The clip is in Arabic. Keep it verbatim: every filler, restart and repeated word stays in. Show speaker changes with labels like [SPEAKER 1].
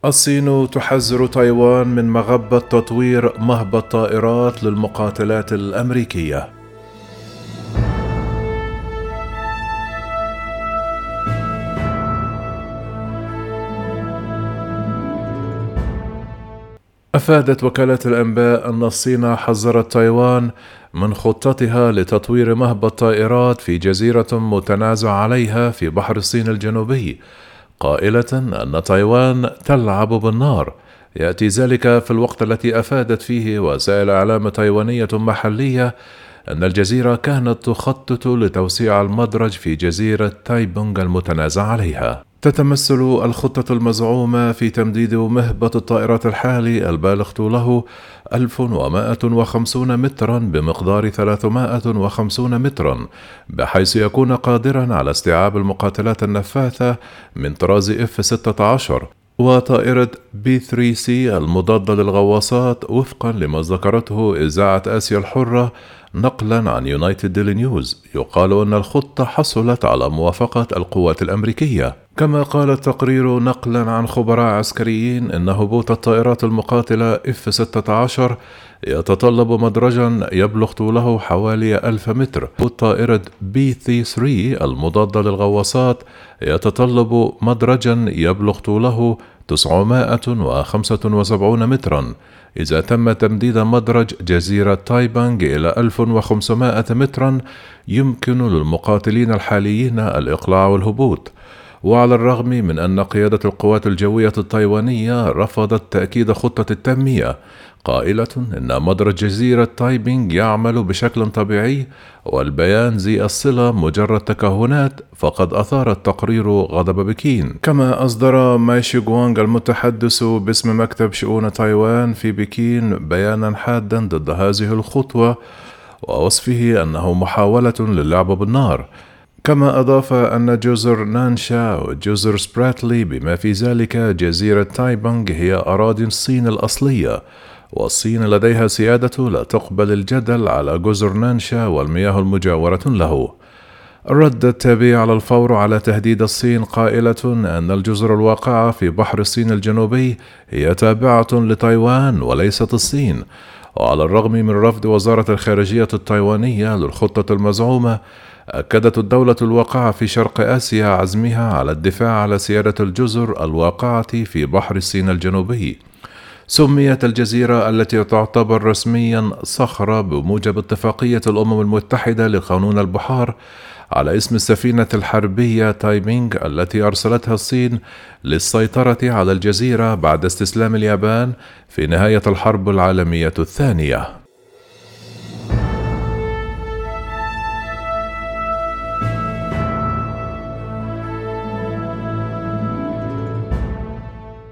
[SPEAKER 1] الصين تحذر تايوان من مغبة تطوير مهبط طائرات للمقاتلات الأمريكية. أفادت وكالة الأنباء أن الصين حذرت تايوان من خطتها لتطوير مهبط طائرات في جزيرة متنازع عليها في بحر الصين الجنوبي، قائلة أن تايوان تلعب بالنار. يأتي ذلك في الوقت الذي أفادت فيه وسائل إعلام تايوانية محلية أن الجزيرة كانت تخطط لتوسيع المدرج في جزيرة تايبونغ المتنازع عليها. تتمثل الخطة المزعومة في تمديد مهبط الطائرات الحالي البالغ طوله ألف ومائة وخمسين مترا بمقدار ثلاثمائة وخمسين مترا، بحيث يكون قادرا على استيعاب المقاتلات النفاثة من طراز إف ستة عشر وطائرة بي ثري سي المضادة للغواصات، وفقا لما ذكرته إذاعة آسيا الحرة نقلا عن يونايتد ديلي نيوز. يقال أن الخطة حصلت على موافقة القوات الأمريكية. كما قال التقرير نقلا عن خبراء عسكريين أن هبوط الطائرات المقاتلة إف ستة عشر يتطلب مدرجا يبلغ طوله حوالي ألف متر، والطائرة بي ثري المضادة للغواصات يتطلب مدرجا يبلغ طوله تسعمائة وخمسة وسبعين مترا. إذا تم تمديد مدرج جزيرة تايبونغ إلى ألف وخمسمائة مترا، يمكن للمقاتلين الحاليين الإقلاع والهبوط. وعلى الرغم من أن قيادة القوات الجوية التايوانية رفضت تأكيد خطة التنمية، قائلة إن مدرج جزيرة تايبونغ يعمل بشكل طبيعي والبيان ذي الصلة مجرد تكهنات، فقد أثار التقرير غضب بكين. كما أصدر ماي شيغوانغ المتحدث باسم مكتب شؤون تايوان في بكين بيانا حادا ضد هذه الخطوة، ووصفه أنه محاولة للعب بالنار. كما أضاف أن جزر نانشا وجزر سبراتلي بما في ذلك جزيرة تايبونغ هي أراضي الصين الأصلية، والصين لديها سيادة لا تقبل الجدل على جزر نانشا والمياه المجاورة له. رد التابع على الفور على تهديد الصين قائلة أن الجزر الواقعة في بحر الصين الجنوبي هي تابعة لتايوان وليست الصين. وعلى الرغم من رفض وزارة الخارجية التايوانية للخطة المزعومة، أكدت الدولة الواقعة في شرق آسيا عزمها على الدفاع على سيادة الجزر الواقعة في بحر الصين الجنوبي. سميت الجزيرة التي تعتبر رسميا صخرة بموجب اتفاقية الأمم المتحدة لقانون البحار على اسم السفينة الحربية تايبونغ التي أرسلتها الصين للسيطرة على الجزيرة بعد استسلام اليابان في نهاية الحرب العالمية الثانية.